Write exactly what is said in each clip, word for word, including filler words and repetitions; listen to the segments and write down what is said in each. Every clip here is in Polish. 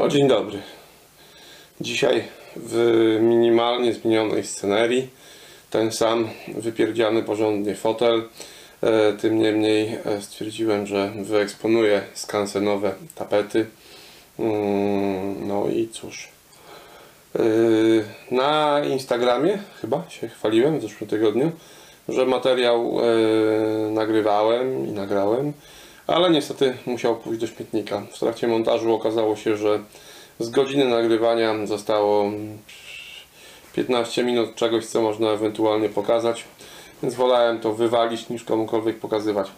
No, dzień dobry. Dzisiaj w minimalnie zmienionej scenerii ten sam wypierdziany porządnie fotel. E, tym niemniej stwierdziłem, że wyeksponuję skansenowe tapety. Mm, no i cóż. E, na Instagramie chyba się chwaliłem w zeszłym tygodniu, że materiał e, nagrywałem i nagrałem, ale niestety musiał pójść do śmietnika. W trakcie montażu okazało się, że z godziny nagrywania zostało piętnaście minut czegoś, co można ewentualnie pokazać, więc wolałem to wywalić niż komukolwiek pokazywać.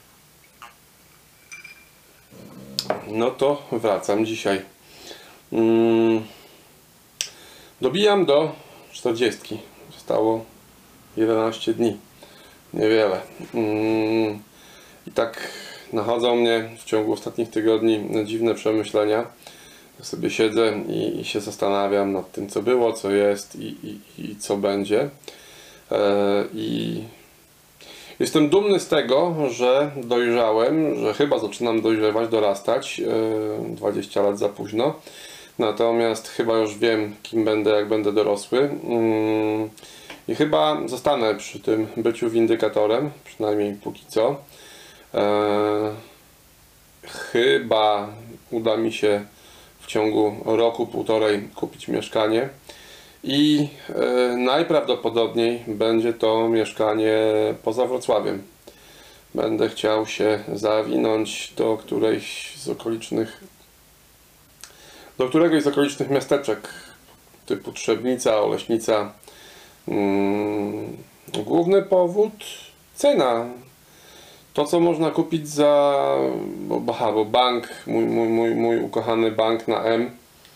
No to wracam dzisiaj. Hmm. Dobijam do czterdziestki. Zostało jedenaście dni. Niewiele. Hmm. I tak nachodzą mnie w ciągu ostatnich tygodni dziwne przemyślenia. Ja sobie siedzę i, i się zastanawiam nad tym, co było, co jest i, i, i co będzie. E, I jestem dumny z tego, że dojrzałem, że chyba zaczynam dojrzewać, dorastać. E, dwadzieścia lat za późno. Natomiast chyba już wiem, kim będę, jak będę dorosły. Mm, I chyba zostanę przy tym byciu windykatorem, przynajmniej póki co. E, chyba uda mi się w ciągu roku, półtorej kupić mieszkanie i e, najprawdopodobniej będzie to mieszkanie poza Wrocławiem. Będę chciał się zawinąć do którejś z okolicznych, do któregoś z okolicznych miasteczek typu Trzebnica, Oleśnica. Mm, główny powód? Cena. To, co można kupić za... Bo, aha, bo bank, mój, mój, mój, mój ukochany bank na M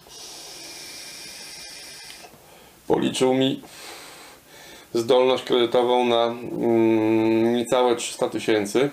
policzył mi zdolność kredytową na mm, niecałe trzysta tysięcy.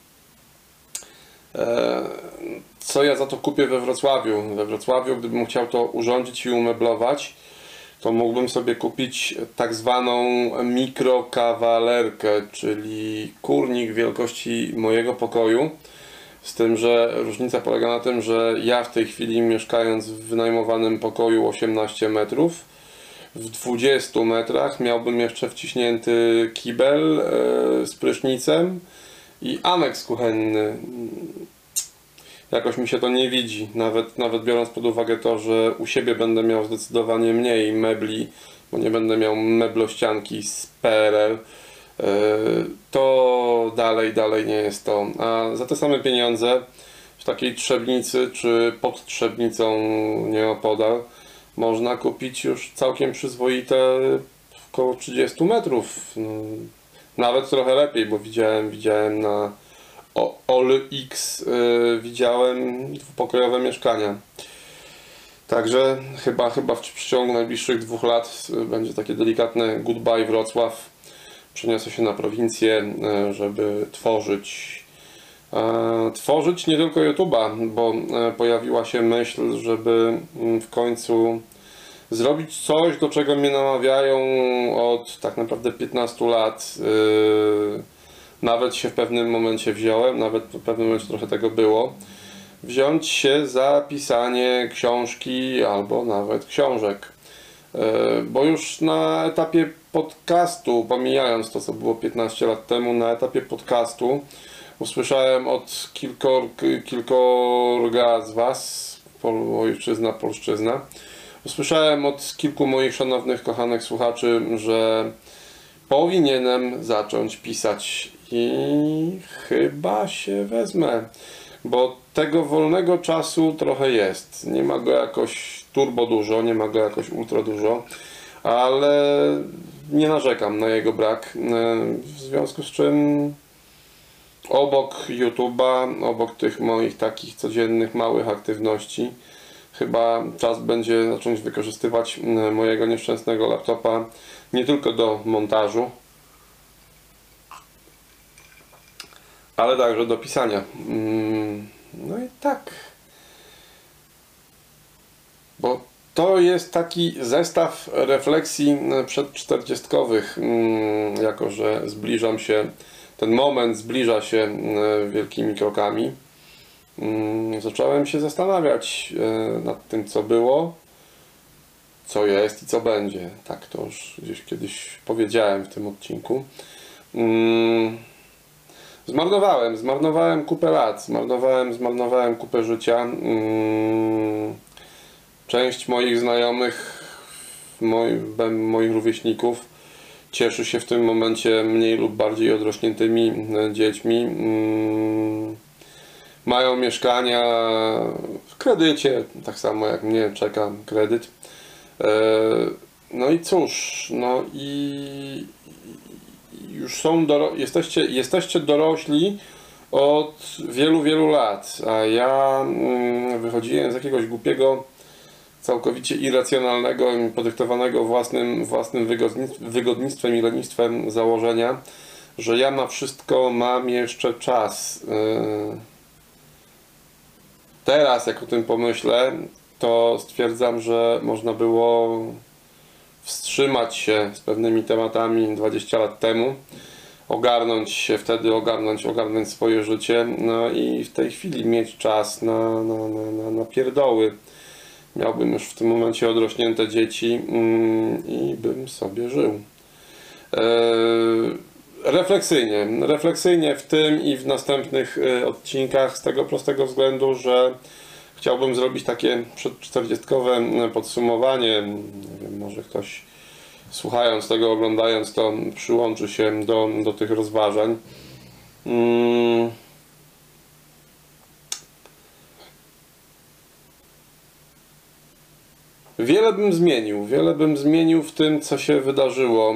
E, co ja za to kupię we Wrocławiu? We Wrocławiu, gdybym chciał to urządzić i umeblować, to mógłbym sobie kupić tak zwaną mikrokawalerkę, czyli kurnik wielkości mojego pokoju. Z tym, że różnica polega na tym, że ja w tej chwili, mieszkając w wynajmowanym pokoju osiemnaście metrów, w dwudziestu metrach miałbym jeszcze wciśnięty kibel e, z prysznicem i aneks kuchenny. Jakoś mi się to nie widzi, nawet, nawet biorąc pod uwagę to, że u siebie będę miał zdecydowanie mniej mebli, bo nie będę miał meblościanki z P R L, to dalej, dalej nie jest to. A za te same pieniądze w takiej Trzebnicy czy pod Trzebnicą nieopodal można kupić już całkiem przyzwoite około trzydziestu metrów. Nawet trochę lepiej, bo widziałem, widziałem na O L X yy, widziałem dwupokojowe mieszkania. Także chyba, chyba w przeciągu najbliższych dwóch lat będzie takie delikatne goodbye Wrocław. Przeniosę się na prowincję, yy, żeby tworzyć yy, tworzyć nie tylko YouTube'a, bo yy, pojawiła się myśl, żeby yy, w końcu zrobić coś, do czego mnie namawiają od tak naprawdę piętnastu lat. Yy, Nawet się w pewnym momencie wziąłem, nawet w pewnym momencie trochę tego było. Wziąć się za pisanie książki albo nawet książek. Bo już na etapie podcastu, pomijając to, co było piętnaście lat temu, na etapie podcastu usłyszałem od kilkor, kilkorga z Was, ojczyzna, polszczyzna, usłyszałem od kilku moich szanownych, kochanych słuchaczy, że powinienem zacząć pisać i chyba się wezmę, bo tego wolnego czasu trochę jest. Nie ma go jakoś turbo dużo, nie ma go jakoś ultra dużo, ale nie narzekam na jego brak, w związku z czym obok YouTube'a, obok tych moich takich codziennych małych aktywności, chyba czas będzie zacząć wykorzystywać mojego nieszczęsnego laptopa nie tylko do montażu, ale także do pisania. No i tak. Bo to jest taki zestaw refleksji przedczterdziestkowych, jako że zbliżam się, ten moment zbliża się wielkimi krokami. zacząłem się zastanawiać nad tym, co było, co jest i co będzie. Tak to już gdzieś kiedyś powiedziałem w tym odcinku. Zmarnowałem, zmarnowałem kupę lat, zmarnowałem, zmarnowałem kupę życia. Część moich znajomych, moi, moich rówieśników cieszy się w tym momencie mniej lub bardziej odrośniętymi dziećmi. Mają mieszkania w kredycie, tak samo jak mnie czeka kredyt. No i cóż, no i już są doro jesteście, jesteście dorośli od wielu, wielu lat, a ja wychodziłem z jakiegoś głupiego, całkowicie irracjonalnego i podyktowanego własnym, własnym wygodnictwem i lenistwem założenia, że ja na wszystko mam jeszcze czas. Teraz, jak o tym pomyślę, to stwierdzam, że można było wstrzymać się z pewnymi tematami dwadzieścia lat temu, ogarnąć się wtedy, ogarnąć, ogarnąć swoje życie, no i w tej chwili mieć czas na, na, na, na, na pierdoły. Miałbym już w tym momencie odrośnięte dzieci mm, i bym sobie żył. Eee, refleksyjnie, refleksyjnie w tym i w następnych e, odcinkach z tego prostego względu, że chciałbym zrobić takie przedczterdziestkowe podsumowanie. Nie wiem, może ktoś słuchając tego, oglądając to przyłączy się do, do tych rozważań. Hmm. Wiele bym zmienił, wiele bym zmienił w tym, co się wydarzyło.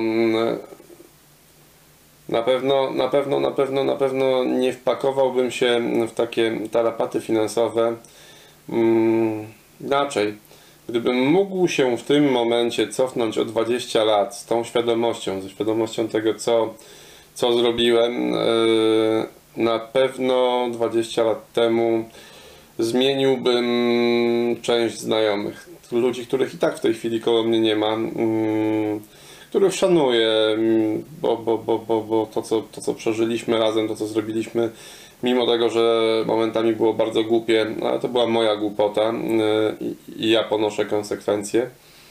Na pewno, na pewno, na pewno, na pewno nie wpakowałbym się w takie tarapaty finansowe. Hmm, inaczej, gdybym mógł się w tym momencie cofnąć o dwadzieścia lat z tą świadomością, ze świadomością tego, co, co zrobiłem, yy, na pewno dwadzieścia lat temu zmieniłbym część znajomych, ludzi, których i tak w tej chwili koło mnie nie ma, yy, których szanuję, bo, bo, bo, bo, bo to, co, to, co przeżyliśmy razem, to, co zrobiliśmy, mimo tego, że momentami było bardzo głupie, ale to była moja głupota i, i ja ponoszę konsekwencje.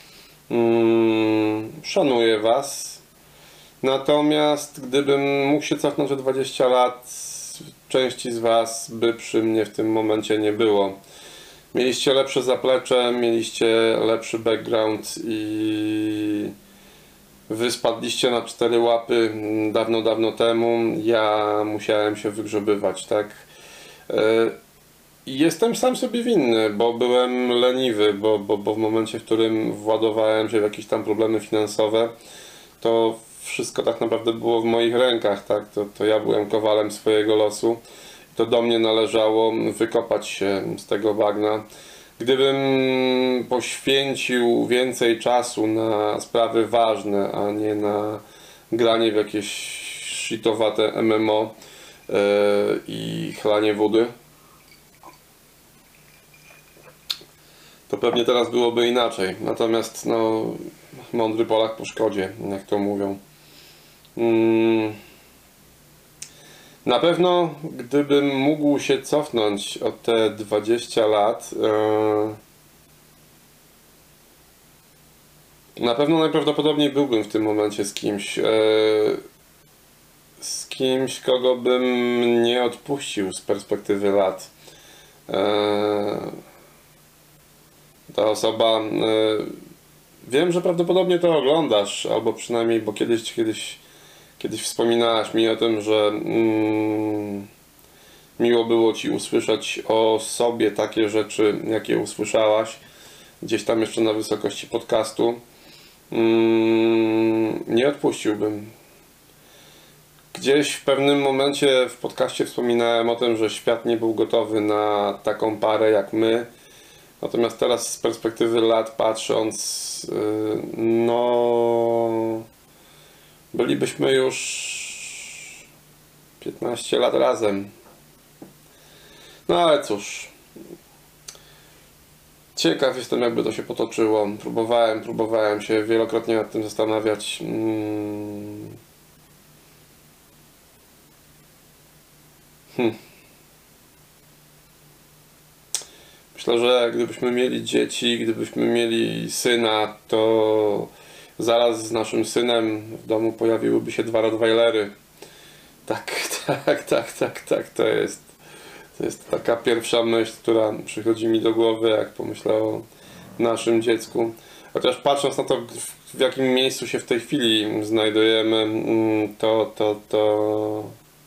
Hmm, szanuję was. Natomiast gdybym mógł się cofnąć o dwadzieścia lat, części z was by przy mnie w tym momencie nie było. Mieliście lepsze zaplecze, mieliście lepszy background i wy spadliście na cztery łapy dawno, dawno temu. Ja musiałem się wygrzebywać, tak? I jestem sam sobie winny, bo byłem leniwy, bo, bo, bo w momencie, w którym władowałem się w jakieś tam problemy finansowe, to wszystko tak naprawdę było w moich rękach, tak? To, to ja byłem kowalem swojego losu. To do mnie należało wykopać się z tego bagna. Gdybym poświęcił więcej czasu na sprawy ważne, a nie na granie w jakieś shitowate M M O yy, i chlanie wody, to pewnie teraz byłoby inaczej. Natomiast no, mądry Polak po szkodzie, jak to mówią. Hmm. Na pewno, gdybym mógł się cofnąć o te dwadzieścia lat, yy, na pewno najprawdopodobniej byłbym w tym momencie z kimś, yy, z kimś, kogo bym nie odpuścił z perspektywy lat. Yy, ta osoba, yy, wiem, że prawdopodobnie to oglądasz, albo przynajmniej, bo kiedyś, kiedyś Kiedyś wspominałaś mi o tym, że mm, miło było ci usłyszeć o sobie takie rzeczy, jakie usłyszałaś gdzieś tam jeszcze na wysokości podcastu. Mm, nie odpuściłbym. Gdzieś w pewnym momencie w podcaście wspominałem o tym, że świat nie był gotowy na taką parę jak my. Natomiast teraz z perspektywy lat patrząc, yy, no... bylibyśmy już piętnaście lat razem. No ale cóż. Ciekaw jestem, jakby to się potoczyło. Próbowałem, próbowałem się wielokrotnie nad tym zastanawiać. Hmm. Hmm. Myślę, że gdybyśmy mieli dzieci, gdybyśmy mieli syna, to zaraz z naszym synem w domu pojawiłyby się dwa Rottweilery. Tak, tak, tak, tak, tak, to jest, to jest taka pierwsza myśl, która przychodzi mi do głowy, jak pomyślę o naszym dziecku. Chociaż patrząc na to, w jakim miejscu się w tej chwili znajdujemy, to, to, to...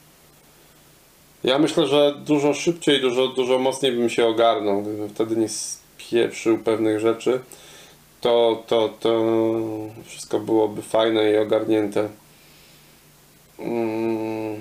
Ja myślę, że dużo szybciej, dużo, dużo mocniej bym się ogarnął, gdybym wtedy nie spieprzył pewnych rzeczy, to, to, to wszystko byłoby fajne i ogarnięte. Hmm.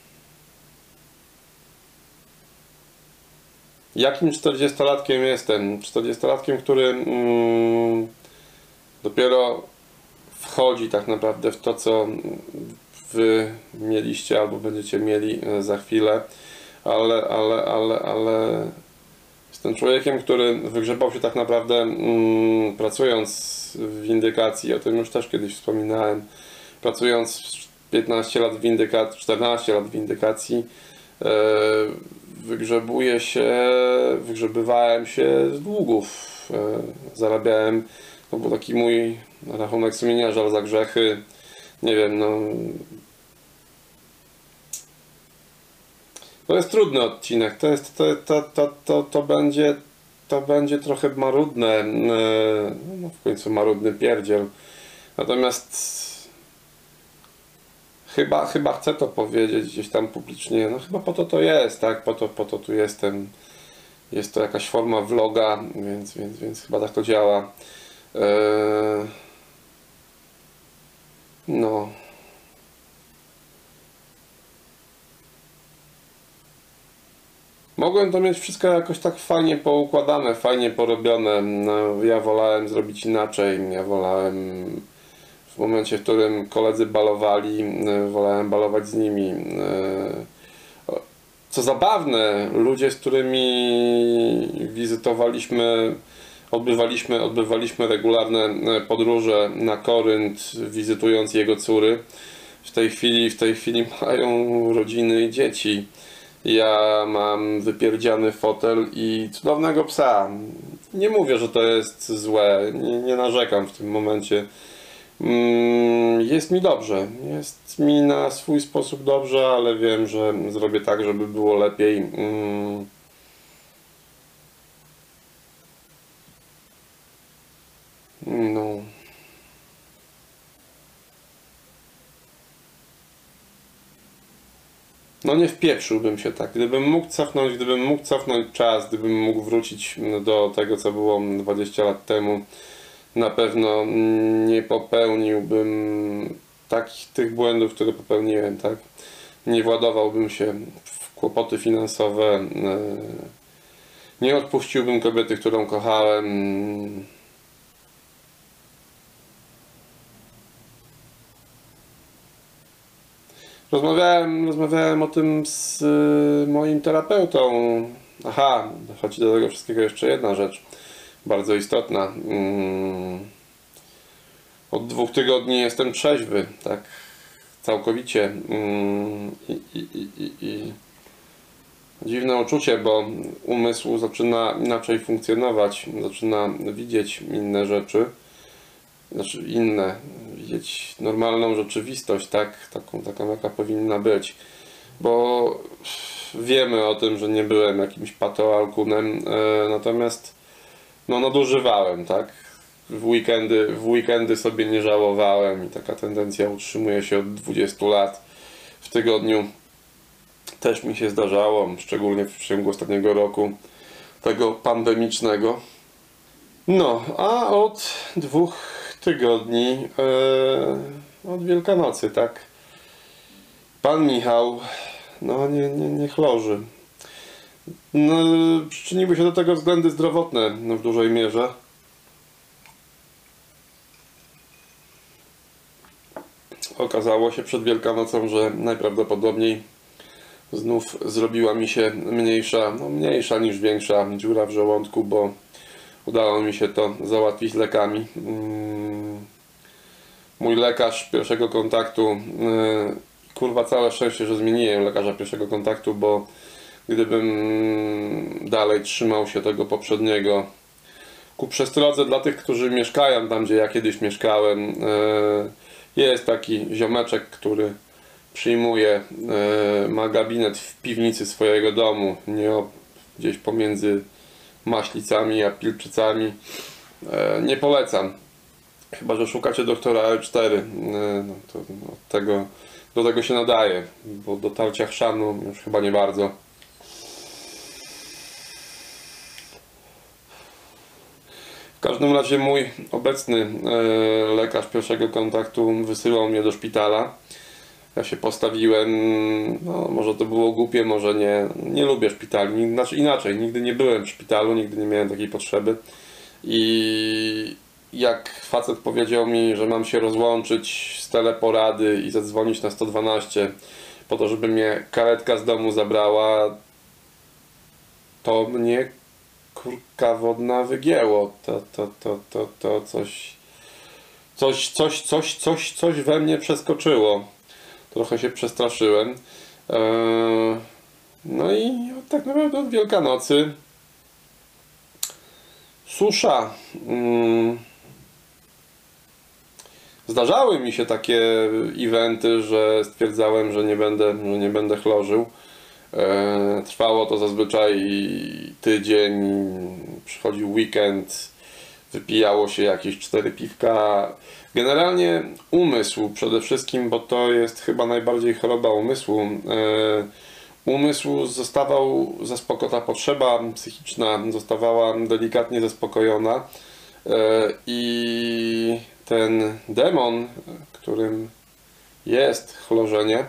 Jakim czterdziestolatkiem jestem? czterdziestolatkiem, który mm, dopiero wchodzi tak naprawdę w to, co wy mieliście albo będziecie mieli za chwilę, ale, ale, ale, ale jestem człowiekiem, który wygrzebał się tak naprawdę mm, pracując w windykacji, o tym już też kiedyś wspominałem, pracując piętnaście lat w windykacji, czternaście lat w windykacji, e, wygrzebuję się, wygrzebywałem się z długów, e, zarabiałem, to był taki mój rachunek sumienia, żal za grzechy, nie wiem, no to jest trudny odcinek, to jest, to, to, to, to, to będzie to będzie trochę marudne, no w końcu marudny pierdziel, natomiast chyba, chyba chcę to powiedzieć gdzieś tam publicznie, no chyba po to to jest, tak, po to, po to tu jestem, jest to jakaś forma vloga, więc, więc, więc chyba tak to działa. Eee, no mogłem to mieć wszystko jakoś tak fajnie poukładane, fajnie porobione. No, ja wolałem zrobić inaczej. Ja wolałem w momencie, w którym koledzy balowali, wolałem balować z nimi. Co zabawne, ludzie, z którymi wizytowaliśmy, odbywaliśmy, odbywaliśmy regularne podróże na Korynt, wizytując jego córy, w tej chwili, w tej chwili mają rodziny i dzieci. Ja mam wypierdziany fotel i cudownego psa. Nie mówię, że to jest złe, nie, nie narzekam w tym momencie. Jest mi dobrze, jest mi na swój sposób dobrze, ale wiem, że zrobię tak, żeby było lepiej. No. No nie wpieprzyłbym się tak. Gdybym mógł cofnąć, gdybym mógł cofnąć czas, gdybym mógł wrócić do tego, co było dwadzieścia lat temu, na pewno nie popełniłbym takich tych błędów, które popełniłem, tak? Nie władowałbym się w kłopoty finansowe, nie odpuściłbym kobiety, którą kochałem. Rozmawiałem, rozmawiałem o tym z moim terapeutą. Aha, dochodzi do tego wszystkiego jeszcze jedna rzecz, bardzo istotna. Od dwóch tygodni jestem trzeźwy, tak całkowicie. I, i, i, i, i dziwne uczucie, bo umysł zaczyna inaczej funkcjonować, zaczyna widzieć inne rzeczy. Znaczy inne, widzieć normalną rzeczywistość, tak, taką, taką jaka powinna być, bo wiemy o tym, że nie byłem jakimś patoalkunem, e, natomiast no nadużywałem, tak, w weekendy, w weekendy sobie nie żałowałem i taka tendencja utrzymuje się od dwudziestu lat. W tygodniu też mi się zdarzało, szczególnie w ciągu ostatniego roku, tego pandemicznego. No, a od dwóch tygodni, e, od Wielkanocy, tak, pan Michał, no nie, nie, nie chlorzy. No, przyczyniły się do tego względy zdrowotne w dużej mierze. Okazało się przed Wielkanocą, że najprawdopodobniej znów zrobiła mi się mniejsza, no mniejsza niż większa dziura w żołądku, bo udało mi się to załatwić lekami. Mój lekarz pierwszego kontaktu, kurwa całe szczęście, że zmieniłem lekarza pierwszego kontaktu, bo gdybym dalej trzymał się tego poprzedniego. Ku przestrodze dla tych, którzy mieszkają tam, gdzie ja kiedyś mieszkałem, jest taki ziomeczek, który przyjmuje, ma gabinet w piwnicy swojego domu, nie gdzieś pomiędzy Maślicami a Pilczycami. Nie polecam. Chyba że szukacie doktora L cztery, no to od tego, do tego się nadaje, bo do tarcia chrzanu już chyba nie bardzo. W każdym razie mój obecny lekarz pierwszego kontaktu wysyłał mnie do szpitala. Ja się postawiłem, no może to było głupie, może nie, nie lubię szpitali, znaczy inaczej, nigdy nie byłem w szpitalu, nigdy nie miałem takiej potrzeby. I jak facet powiedział mi, że mam się rozłączyć z teleporady i zadzwonić na sto dwanaście po to, żeby mnie karetka z domu zabrała, to mnie kurka wodna wygięło. To, to, to, to, to coś, coś, coś, coś, coś, coś we mnie przeskoczyło. Trochę się przestraszyłem. No i tak naprawdę od Wielkanocy susza. Zdarzały mi się takie eventy, że stwierdzałem, że nie będę, że nie będę chlorzył. Trwało to zazwyczaj tydzień, przychodził weekend, wypijało się jakieś cztery piwka. Generalnie umysł przede wszystkim, bo to jest chyba najbardziej choroba umysłu. Umysł zostawał zaspokojony, ta potrzeba psychiczna zostawała delikatnie zaspokojona i ten demon, którym jest chlorzenie,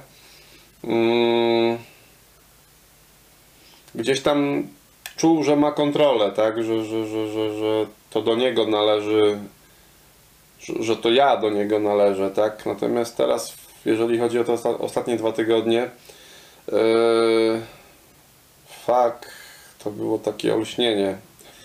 gdzieś tam czuł, że ma kontrolę, tak? że, że, że, że, że to do niego należy, że, że to ja do niego należę, tak? Natomiast teraz, jeżeli chodzi o te ostatnie dwa tygodnie, yy, fuck, to było takie olśnienie.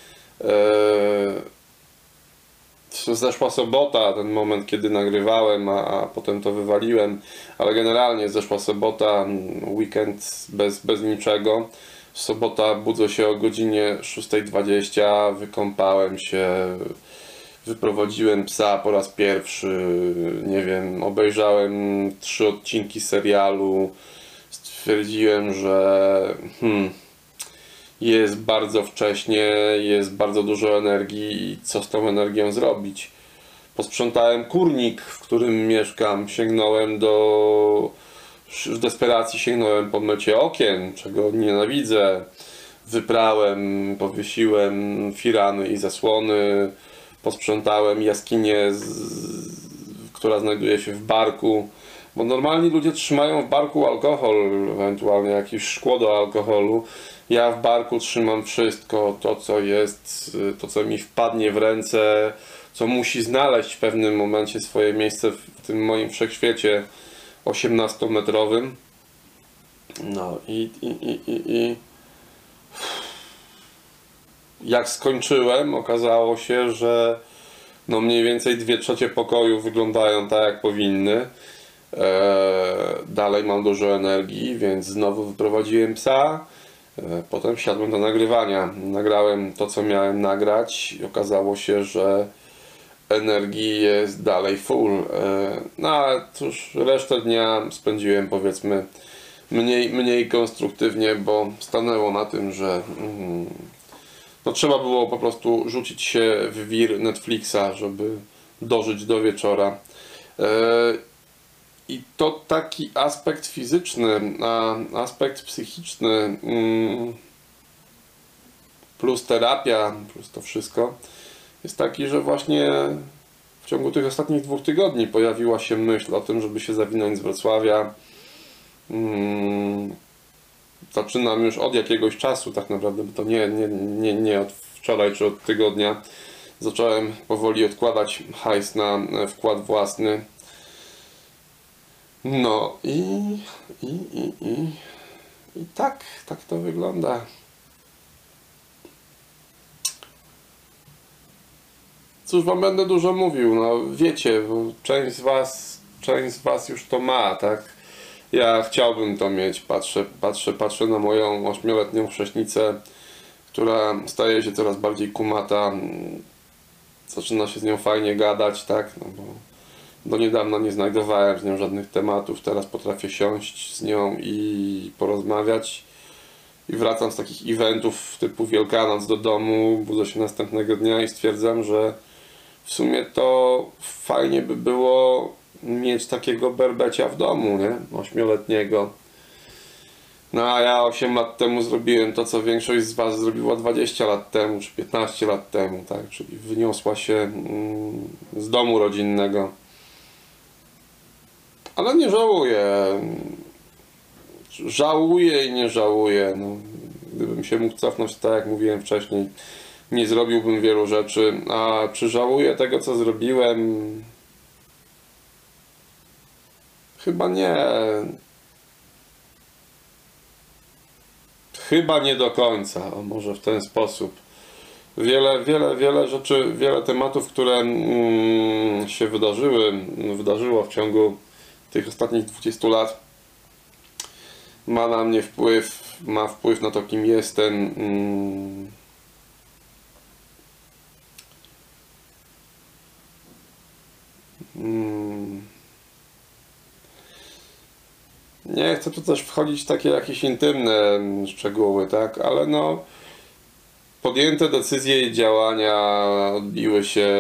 Yy, zeszła sobota, ten moment, kiedy nagrywałem, a, a potem to wywaliłem, ale generalnie zeszła sobota, weekend bez, bez niczego. Sobota budzę się o godzinie szósta dwadzieścia, wykąpałem się, wyprowadziłem psa po raz pierwszy, nie wiem, obejrzałem trzy odcinki serialu, stwierdziłem, że hmm, jest bardzo wcześnie, jest bardzo dużo energii i co z tą energią zrobić. Posprzątałem kurnik, w którym mieszkam, sięgnąłem do... w desperacji sięgnąłem po mycie okien, czego nienawidzę. Wyprałem, powiesiłem firany i zasłony, posprzątałem jaskinię, z, która znajduje się w barku, bo normalni ludzie trzymają w barku alkohol, ewentualnie jakieś szkło do alkoholu. Ja w barku trzymam wszystko, to co jest, to co mi wpadnie w ręce, co musi znaleźć w pewnym momencie swoje miejsce w tym moim wszechświecie osiemnastometrowym. No i, i, i, i, i jak skończyłem, okazało się, że no mniej więcej dwie trzecie pokoju wyglądają tak jak powinny. Eee, dalej mam dużo energii, więc znowu wyprowadziłem psa. Eee, potem wsiadłem do nagrywania. Nagrałem to, co miałem nagrać i okazało się, że energii jest dalej full. Eee, no ale cóż, resztę dnia spędziłem, powiedzmy, mniej, mniej konstruktywnie, bo stanęło na tym, że mm, no, trzeba było po prostu rzucić się w wir Netflixa, żeby dożyć do wieczora. Eee, I to taki aspekt fizyczny, a aspekt psychiczny mm, plus terapia, plus to wszystko jest taki, że właśnie w ciągu tych ostatnich dwóch tygodni pojawiła się myśl o tym, żeby się zawinąć z Wrocławia. Hmm, zaczynam już od jakiegoś czasu tak naprawdę, bo to nie, nie, nie, nie od wczoraj czy od tygodnia. Zacząłem powoli odkładać hajs na wkład własny. No i, i, i, i, i tak, tak to wygląda. Cóż wam będę dużo mówił, no wiecie, bo część z was, część z was już to ma, tak? Ja chciałbym to mieć. Patrzę, patrzę, patrzę na moją ośmioletnią chrześnicę, która staje się coraz bardziej kumata. Zaczyna się z nią fajnie gadać, tak? No bo do niedawna nie znajdowałem z nią żadnych tematów. Teraz potrafię siąść z nią i porozmawiać. I wracam z takich eventów typu Wielkanoc do domu, budzę się następnego dnia i stwierdzam, że w sumie to fajnie by było mieć takiego berbecia w domu, nie? Ośmioletniego. No a ja osiem lat temu zrobiłem to, co większość z was zrobiła dwadzieścia lat temu, czy piętnaście lat temu, tak? Czyli wyniosła się mm, z domu rodzinnego. Ale nie żałuję. Żałuję i nie żałuję. No, gdybym się mógł cofnąć, tak jak mówiłem wcześniej, nie zrobiłbym wielu rzeczy. A czy żałuję tego, co zrobiłem? Chyba nie. Chyba nie do końca, o może w ten sposób. Wiele, wiele, wiele rzeczy, wiele tematów, które mm, się wydarzyły, wydarzyło w ciągu tych ostatnich dwudziestu lat, ma na mnie wpływ, ma wpływ na to, kim jestem. Mm. Mm. Nie chcę tu też wchodzić w takie jakieś intymne szczegóły, tak, ale no podjęte decyzje i działania odbiły się,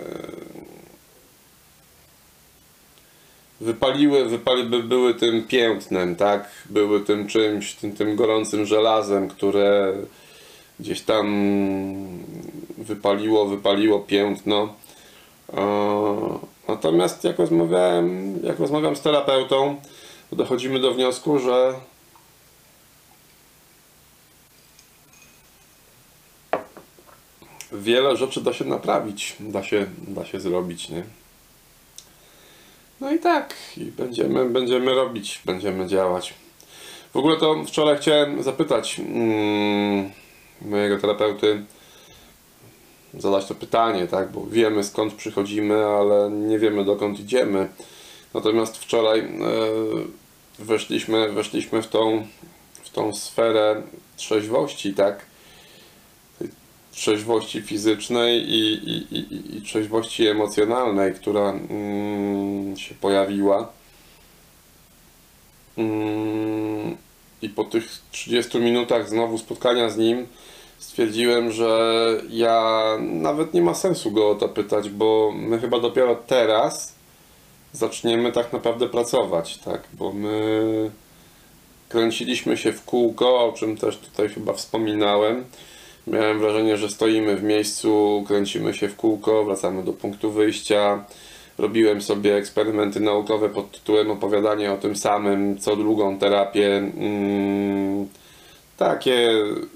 wypaliły, wypaliły, były tym piętnem, tak, były tym czymś, tym, tym gorącym żelazem, które gdzieś tam wypaliło, wypaliło piętno. Natomiast jak rozmawiałem, jak rozmawiam z terapeutą, dochodzimy do wniosku, że wiele rzeczy da się naprawić, da się, da się zrobić, nie? No i tak, i będziemy, będziemy robić, będziemy działać. W ogóle to wczoraj chciałem zapytać mm, mojego terapeuty, zadać to pytanie, tak, bo wiemy skąd przychodzimy, ale nie wiemy dokąd idziemy. Natomiast wczoraj e, weszliśmy, weszliśmy w tą, w tą sferę trzeźwości, tak, trzeźwości fizycznej i, i, i, i trzeźwości emocjonalnej, która mm, się pojawiła. Mm, I po tych trzydziestu minutach znowu spotkania z nim stwierdziłem, że ja nawet nie ma sensu go o to pytać, bo my chyba dopiero teraz zaczniemy tak naprawdę pracować, tak? Bo my kręciliśmy się w kółko, o czym też tutaj chyba wspominałem. Miałem wrażenie, że stoimy w miejscu, kręcimy się w kółko, wracamy do punktu wyjścia. Robiłem sobie eksperymenty naukowe pod tytułem opowiadanie o tym samym, co drugą terapię. Mm, takie,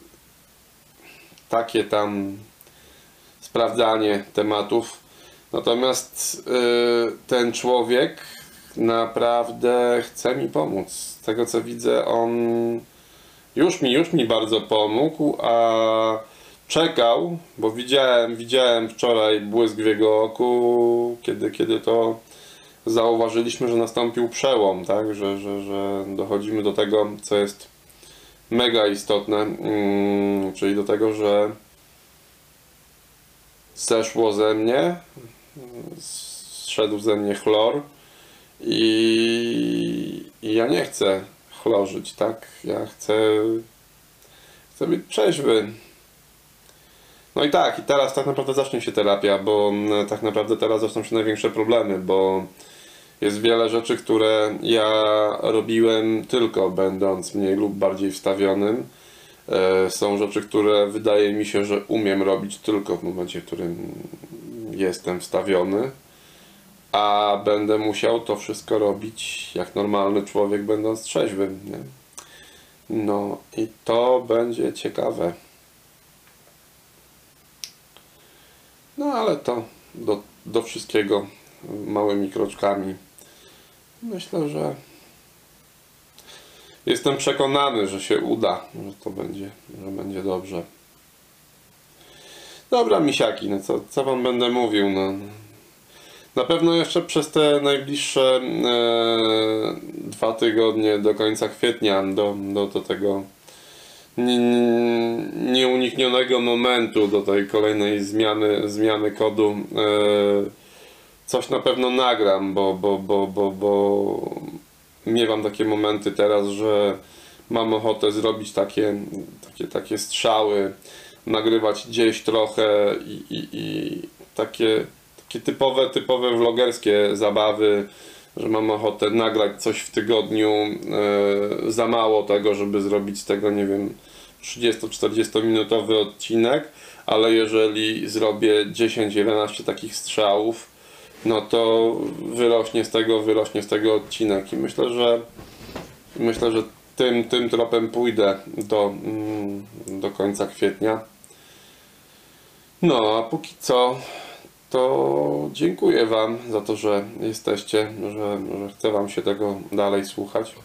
takie tam sprawdzanie tematów. Natomiast yy, ten człowiek naprawdę chce mi pomóc. Z tego co widzę, on już mi, już mi bardzo pomógł, a czekał, bo widziałem, widziałem wczoraj błysk w jego oku, kiedy, kiedy to zauważyliśmy, że nastąpił przełom, tak? że, że, że dochodzimy do tego, co jest mega istotne, mm, czyli do tego, że zeszło ze mnie, zszedł ze mnie chlor i, i ja nie chcę chlorzyć, tak? Ja chcę, chcę być trzeźwy. No i tak, i teraz tak naprawdę zacznie się terapia, bo tak naprawdę teraz zaczną się największe problemy, bo jest wiele rzeczy, które ja robiłem tylko będąc mniej lub bardziej wstawionym. Są rzeczy, które wydaje mi się, że umiem robić tylko w momencie, w którym jestem wstawiony, a będę musiał to wszystko robić jak normalny człowiek, będąc trzeźwym, nie? No i to będzie ciekawe. No ale to do, do wszystkiego małymi kroczkami. Myślę, że jestem przekonany, że się uda, że to będzie, że będzie dobrze. Dobra, misiaki, no co, co wam będę mówił, no. Na pewno jeszcze przez te najbliższe e, dwa tygodnie do końca kwietnia, do, do, do tego nieuniknionego momentu, do tej kolejnej zmiany, zmiany kodu, e, coś na pewno nagram, bo, bo, bo, bo, bo miewam takie momenty teraz, że mam ochotę zrobić takie, takie, takie strzały, nagrywać gdzieś trochę i, i, i takie, takie typowe, typowe vlogerskie zabawy, że mam ochotę nagrać coś w tygodniu, e, za mało tego, żeby zrobić z tego, nie wiem, trzydziesto-czterdziesto minutowy odcinek, ale jeżeli zrobię dziesięć jedenaście takich strzałów, no to wyrośnie z tego, wyrośnie z tego odcinek i myślę, że myślę, że tym, tym tropem pójdę do, do końca kwietnia. No, a póki co to dziękuję Wam za to, że jesteście, że, że chcę Wam się tego dalej słuchać.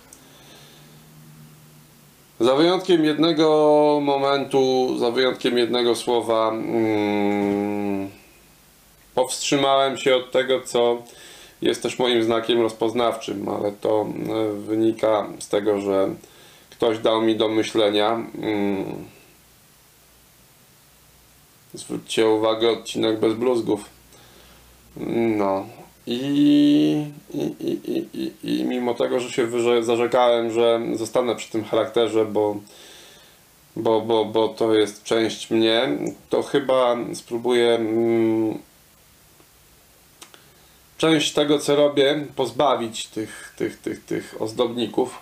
Za wyjątkiem jednego momentu, za wyjątkiem jednego słowa, hmm, powstrzymałem się od tego, co jest też moim znakiem rozpoznawczym, ale to wynika z tego, że ktoś dał mi do myślenia. Hmm, zwróćcie uwagę, odcinek bez bluzgów. No i, i, i, i, i, i mimo tego, że się wyże, zarzekałem, że zostanę przy tym charakterze, bo, bo, bo, bo to jest część mnie, to chyba spróbuję mm, część tego, co robię, pozbawić tych, tych, tych, tych ozdobników.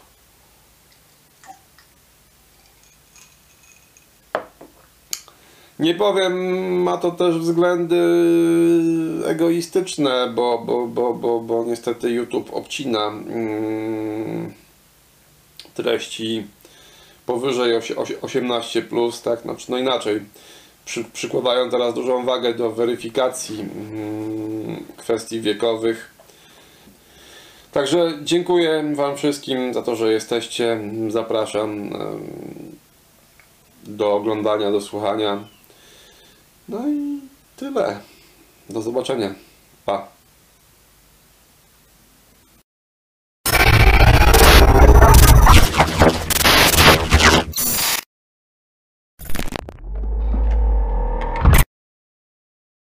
Nie powiem, ma to też względy egoistyczne, bo, bo, bo, bo, bo niestety YouTube obcina mm, treści powyżej osiemnaście plus, tak, znaczy, no inaczej, przy, przykładają teraz dużą wagę do weryfikacji mm, kwestii wiekowych. Także dziękuję Wam wszystkim za to, że jesteście. Zapraszam do oglądania, do słuchania. No i tyle. Do zobaczenia. Pa.